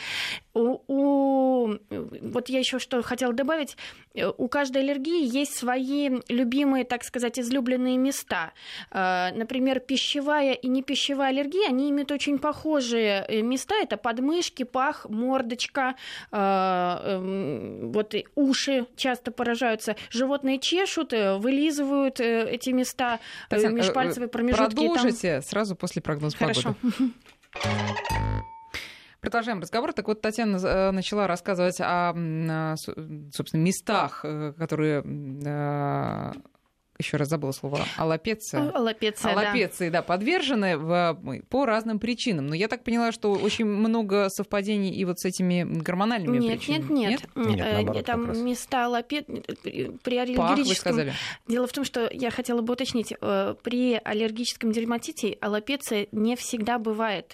Вот я еще что хотела добавить. У каждой аллергии есть свои любимые, так сказать, излюбленные места. Например, пищевая и непищевая аллергия, они имеют очень похожие места. Это подмышки, пах, мордочка, вот уши часто поражаются. Животные чешут, вылизывают эти места, Татьяна, межпальцевые промежутки. Продолжите там сразу после прогноза погоды. Хорошо. Продолжаем разговор. Так вот, Татьяна начала рассказывать о, собственно, местах, которые... Еще раз забыла слово. Аллопеции, да, подвержены по разным причинам. Но я так поняла, что очень много совпадений и вот с этими гормональными причинами. Нет. Там места при аллергическом... Дело в том, что я хотела бы уточнить. При аллергическом дерматите аллопеция не всегда бывает.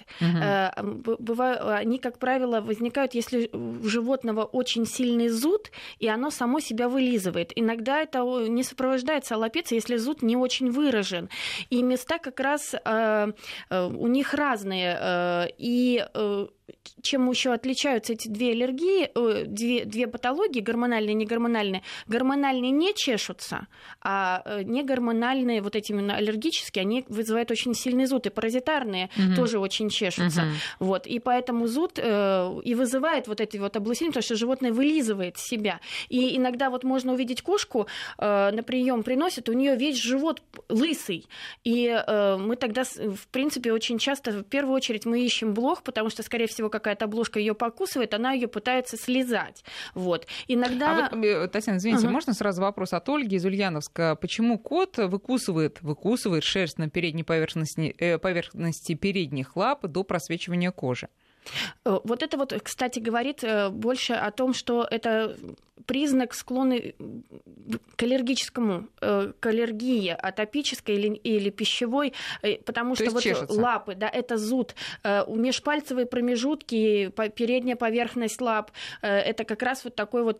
Они, как правило, возникают, если у животного очень сильный зуд, и оно само себя вылизывает. Иногда это не сопровождается аллопецией, если зуд не очень выражен. И места как раз у них разные. И чем еще отличаются эти две аллергии, две патологии, гормональные и негормональные? Гормональные не чешутся, а негормональные, вот эти именно аллергические, они вызывают очень сильный зуд. И паразитарные тоже очень чешутся. Вот. И поэтому зуд и вызывает вот эти вот облысения, потому что животное вылизывает себя. И иногда вот можно увидеть кошку, на прием приносят, у нее весь живот лысый. И мы тогда, в принципе, очень часто, в первую очередь, мы ищем блох, потому что, скорее всего, какая-то обложка ее покусывает, она ее пытается слезать. Вот. Иногда... Татьяна, извините, можно сразу вопрос от Ольги из Ульяновска? Почему кот выкусывает шерсть на передней поверхности передних лап до просвечивания кожи? Вот это вот, кстати, говорит больше о том, что это признак склонны к аллергическому, к аллергии атопической или пищевой, потому что вот лапы, да, это зуд, межпальцевые промежутки, передняя поверхность лап, это как раз вот такой вот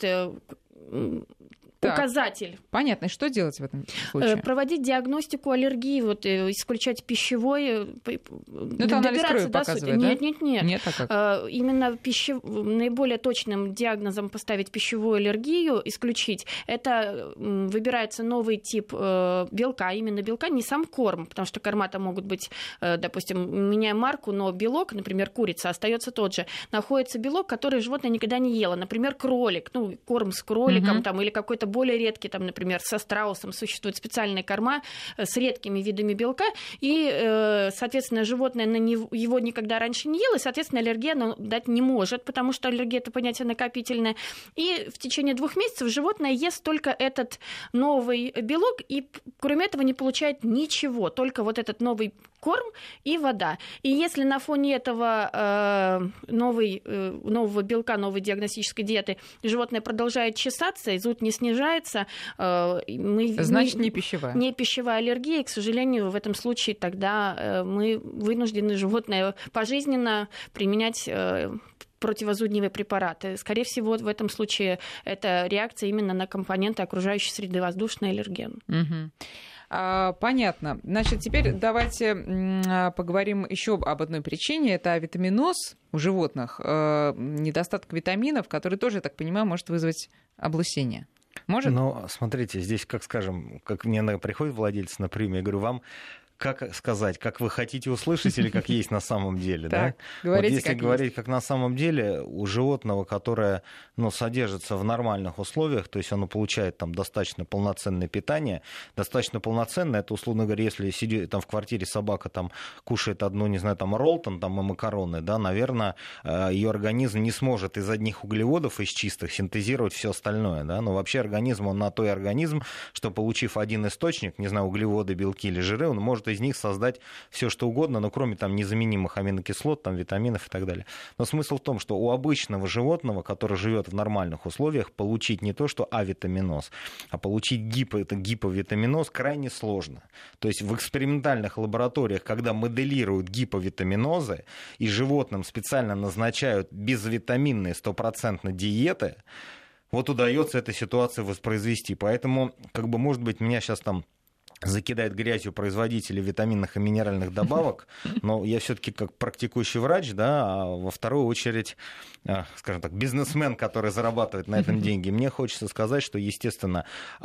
указатель. Понятно. И что делать в этом случае? Проводить диагностику аллергии, вот, исключать пищевой. Это анализ крови показывает, да? Нет. Нет, а как? Именно наиболее точным диагнозом поставить пищевую аллергию, исключить, это выбирается новый тип белка, именно белка, не сам корм, потому что корма-то могут быть, допустим, меняем марку, но белок, например, курица, остается тот же. Находится белок, который животное никогда не ело. Например, кролик, корм с кроликом там, или какой-то более редкий, там, например, со страусом существуют специальные корма с редкими видами белка, и, соответственно, животное его никогда раньше не ело, и, соответственно, аллергия оно дать не может, потому что аллергия – это понятие накопительное. И в течение 2 месяцев животное ест только этот новый белок, и, кроме этого, не получает ничего, только вот этот новый корм и вода. И если на фоне этого нового белка, новой диагностической диеты животное продолжает чесаться, и зуд не снижается, значит, не пищевая. Не пищевая аллергия, и, к сожалению, в этом случае тогда мы вынуждены животное пожизненно применять противозудневые препараты. Скорее всего, в этом случае это реакция именно на компоненты окружающей среды, воздушный аллерген. Понятно. Значит, теперь давайте поговорим еще об одной причине. Это витаминоз у животных, недостаток витаминов, который тоже, я так понимаю, может вызвать облысение. Может? Ну, смотрите, здесь, как скажем, как мне приходит владелец на прием, я говорю, вам как сказать, как вы хотите услышать или как есть на самом деле, да? Вот если говорить как на самом деле, у животного, которое, содержится в нормальных условиях, то есть оно получает там достаточно полноценное питание, достаточно полноценное, это, условно говоря, если сидит там в квартире собака там кушает одну, не знаю, там роллтон там и макароны, да, наверное, ее организм не сможет из одних углеводов, из чистых, синтезировать все остальное, да, но вообще организм, он на то и организм, что, получив один источник, не знаю, углеводы, белки или жиры, он может из них создать все что угодно, но кроме там незаменимых аминокислот, там, витаминов и так далее. Но смысл в том, что у обычного животного, который живет в нормальных условиях, получить не то, что авитаминоз, а получить гиповитаминоз крайне сложно. То есть в экспериментальных лабораториях, когда моделируют гиповитаминозы и животным специально назначают безвитаминные 100% диеты, вот удается эту ситуацию воспроизвести. Поэтому, может быть, меня сейчас там закидает грязью производители витаминных и минеральных добавок, но я все-таки как практикующий врач, да, а во вторую очередь, скажем так, бизнесмен, который зарабатывает на этом деньги. Мне хочется сказать, что, естественно,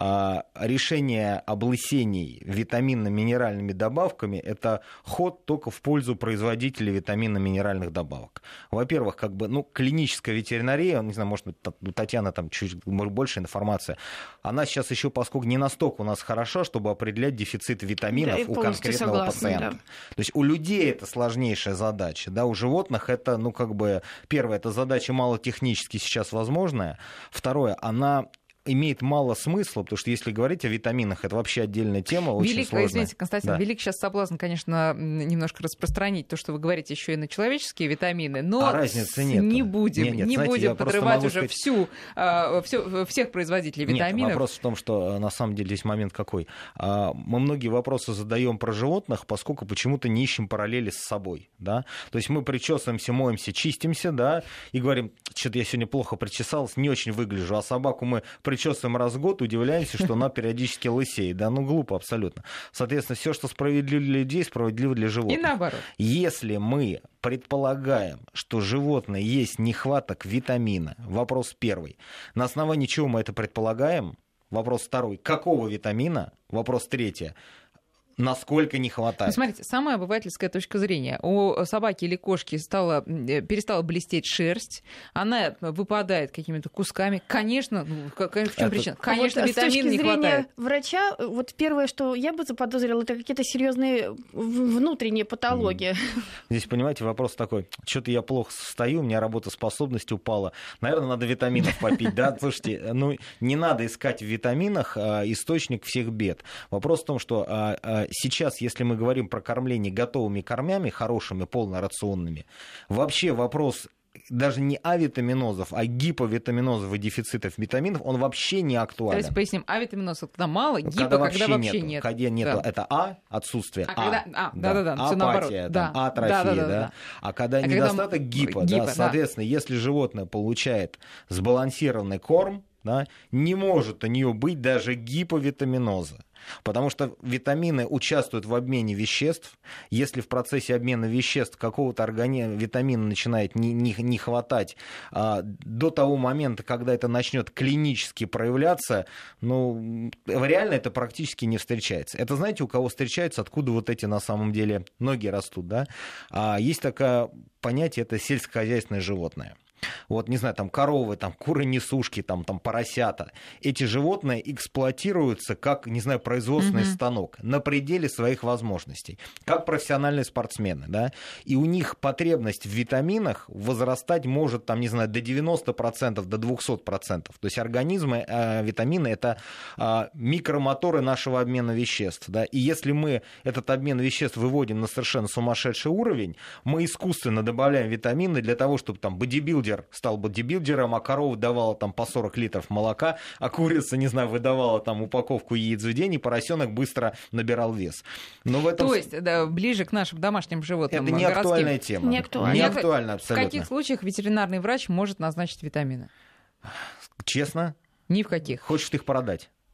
решение облысений витаминно-минеральными добавками – это ход только в пользу производителей витаминно-минеральных добавок. Во-первых, клиническая ветеринария, не знаю, может быть, у Татьяны там чуть больше информации, она сейчас еще, поскольку не настолько у нас хороша, чтобы определять дефицит витаминов у конкретного пациента. Да. То есть у людей это сложнейшая задача, да, у животных это, первое, это задача малотехнически сейчас возможная, второе, она имеет мало смысла, потому что если говорить о витаминах, это вообще отдельная тема, очень сложная. Извините, Константин, велик сейчас соблазн, конечно, немножко распространить то, что вы говорите, еще и на человеческие витамины, но разницы нет. Не будем подрывать уже всех производителей витаминов. Нет, вопрос в том, что на самом деле здесь момент какой. Мы многие вопросы задаем про животных, поскольку почему-то не ищем параллели с собой. Да? То есть мы причесываемся, моемся, чистимся, да, и говорим, что-то я сегодня плохо причесалась, не очень выгляжу, а собаку мы причесываем раз в год, удивляемся, что она периодически лысеет. Да, глупо абсолютно. Соответственно, все, что справедливо для людей, справедливо для животных. И наоборот. Если мы предполагаем, что животное есть нехваток витамина, вопрос первый. На основании чего мы это предполагаем? Вопрос второй. Какого витамина? Вопрос третий. Насколько не хватает. Смотрите, самая обывательская точка зрения. У собаки или кошки перестала блестеть шерсть, она выпадает какими-то кусками. Конечно, в чем причина? Конечно, витамин не хватает. С точки зрения врача, первое, что я бы заподозрила, это какие-то серьезные внутренние патологии. Здесь, понимаете, вопрос такой. Что-то я плохо стою, у меня работоспособность упала. Наверное, надо витаминов попить. Да, слушайте, не надо искать в витаминах источник всех бед. Вопрос в том, что сейчас, если мы говорим про кормление готовыми кормями, хорошими, полнорационными, вообще вопрос даже не авитаминозов, а гиповитаминозов и дефицитов витаминов, он вообще не актуален. Давайте поясним, авитаминозов тогда мало, когда вообще нет. Когда нет, да. Это отсутствие. Все наоборот. Атрофия, да. А когда недостаток гипо, да, соответственно, если животное получает сбалансированный корм, да, не может у нее быть даже гиповитаминоза. Потому что витамины участвуют в обмене веществ. Если в процессе обмена веществ какого-то витамина начинает не хватать до того момента, когда это начнет клинически проявляться, реально это практически не встречается. Это знаете, у кого встречается, откуда вот эти на самом деле ноги растут, да? Есть такое понятие, это сельскохозяйственное животное. Вот, не знаю, там коровы, там куры-несушки, там поросята. Эти животные эксплуатируются как, не знаю, производственный станок на пределе своих возможностей, как профессиональные спортсмены, да, и у них потребность в витаминах возрастать может, там, не знаю, до 90%, до 200%. То есть организмы, витамины — это микромоторы нашего обмена веществ, да, и если мы этот обмен веществ выводим на совершенно сумасшедший уровень, мы искусственно добавляем витамины для того, чтобы там бодибилдер стал бодибилдером, а корова давала там по 40 литров молока, а курица, не знаю, выдавала там упаковку яиц в день, и поросенок быстро набирал вес. То есть, да, ближе к нашим домашним животным. Это не актуальная тема. Не актуальна абсолютно. В каких случаях ветеринарный врач может назначить витамины? Честно? Ни в каких. Хочешь их продать?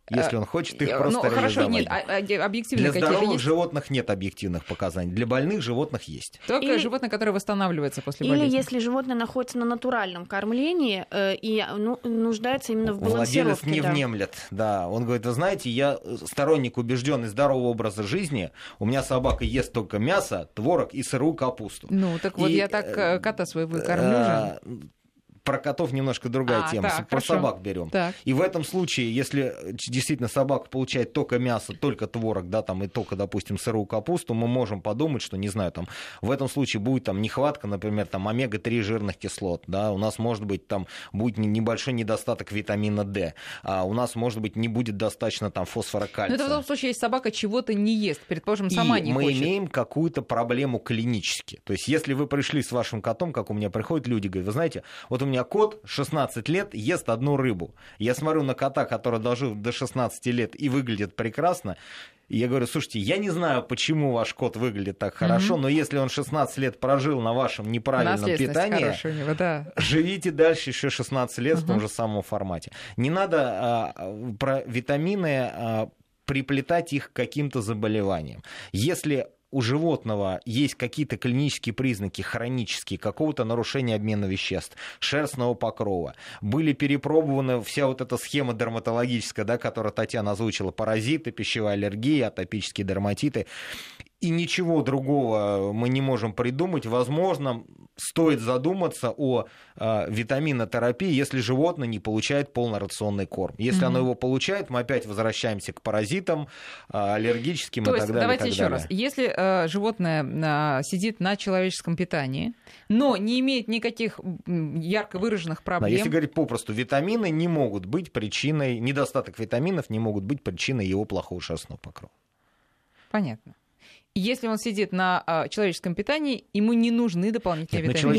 Если он хочет их просто реализовать. Хорошо, нет, объективные для какие-то здоровых есть? животных нет объективных показаний. Для больных животных есть. Только животное, которое восстанавливается после болезни. Или если животное находится на натуральном кормлении и нуждается именно в балансировке. Владелец не внемлет, да. Он говорит, вы знаете, я сторонник убежденный здорового образа жизни, у меня собака ест только мясо, творог и сырую капусту. Ну, так вот я так кота своего кормлю же. Про котов немножко другая тема. Так, про хорошо. собак берем. Так. И в этом случае, если действительно собака получает только мясо, только творог, да, там, и только, допустим, сырую капусту, мы можем подумать, что, не знаю, там, в этом случае будет там нехватка, например, там, омега-3 жирных кислот. Да, у нас, может быть, там будет небольшой недостаток витамина D. А у нас, может быть, не будет достаточно там фосфора, кальция. Но это в том случае, если собака чего-то не ест, предположим, сама не хочет. И мы имеем какую-то проблему клинически. То есть, если вы пришли с вашим котом, как у меня приходят люди, говорят, вы знаете, вот у меня кот 16 лет ест одну рыбу. Я смотрю на кота, который дожил до 16 лет и выглядит прекрасно. И я говорю, слушайте, я не знаю, почему ваш кот выглядит так хорошо, но если он 16 лет прожил на вашем неправильном питании, него, да. живите дальше еще 16 лет в том же самом формате. Не надо про витамины приплетать их к каким-то заболеваниям. Если у животного есть какие-то клинические признаки хронические, какого-то нарушения обмена веществ, шерстного покрова, были перепробованы вся вот эта схема дерматологическая, да, которую Татьяна озвучила, паразиты, пищевая аллергия, атопические дерматиты, и ничего другого мы не можем придумать, возможно, стоит задуматься о витаминотерапии, если животное не получает полнорационный корм. Если оно его получает, мы опять возвращаемся к паразитам, аллергическим и так далее. Давайте еще раз. Если животное сидит на человеческом питании, но не имеет никаких ярко выраженных проблем... Да, если говорить попросту, витамины не могут быть причиной, недостаток витаминов не могут быть причиной его плохого шерстного покрова. Понятно. Если он сидит на человеческом питании, ему не нужны дополнительные витамины.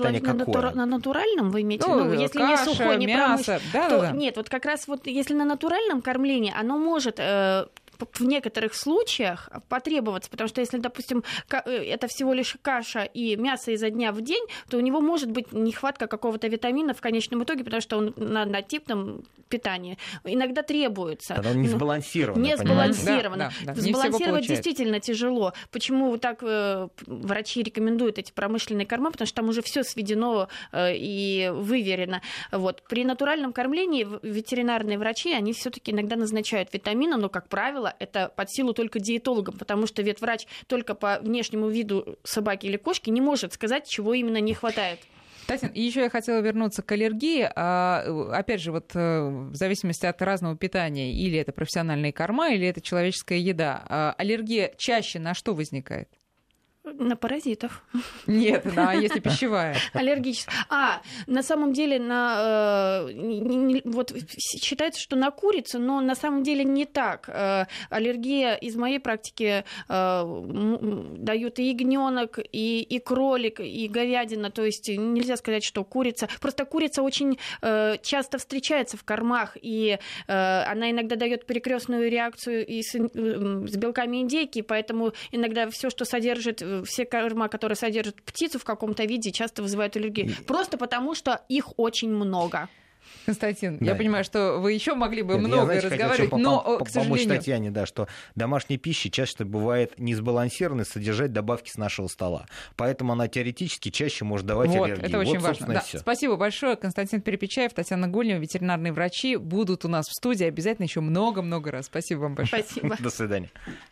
На натуральном вы имеете в виду? Если каша, не сухой, не мясо, промышленный, то нет, вот как раз вот если на натуральном кормлении, оно может в некоторых случаях потребоваться, потому что если, допустим, это всего лишь каша и мясо изо дня в день, то у него может быть нехватка какого-то витамина в конечном итоге, потому что он на однотипном питании иногда требуется. Тогда он не сбалансирован. Не сбалансировано. Да. Сбалансировать действительно тяжело. Почему так врачи рекомендуют эти промышленные корма? Потому что там уже все сведено и выверено. Вот. При натуральном кормлении ветеринарные врачи, они все-таки иногда назначают витамины, но, как правило, это под силу только диетологам, потому что ветврач только по внешнему виду собаки или кошки не может сказать, чего именно не хватает. Татьяна, и еще я хотела вернуться к аллергии. Опять же, вот в зависимости от разного питания, или это профессиональные корма, или это человеческая еда, аллергия чаще на что возникает? На паразитов. Нет, если пищевая. Аллергическая. На самом деле, вот считается, что на курицу, но на самом деле не так. Аллергия из моей практики дают и ягненок, и кролик, и говядина. То есть нельзя сказать, что курица. Просто курица очень часто встречается в кормах, и она иногда дает перекрестную реакцию и с белками индейки, поэтому иногда все, что содержит все корма, которые содержат птицу в каком-то виде, часто вызывают аллергию. Просто потому, что их очень много. Константин, я понимаю, что вы еще могли бы много разговаривать, но, к сожалению... Помочь Татьяне, да, что домашняя пища часто бывает несбалансированной, содержать добавки с нашего стола. Поэтому она теоретически чаще может давать аллергию. Это очень важно. Да. Спасибо большое. Константин Перепечаев, Татьяна Гульнева, ветеринарные врачи, будут у нас в студии обязательно еще много-много раз. Спасибо вам большое. Спасибо. До свидания.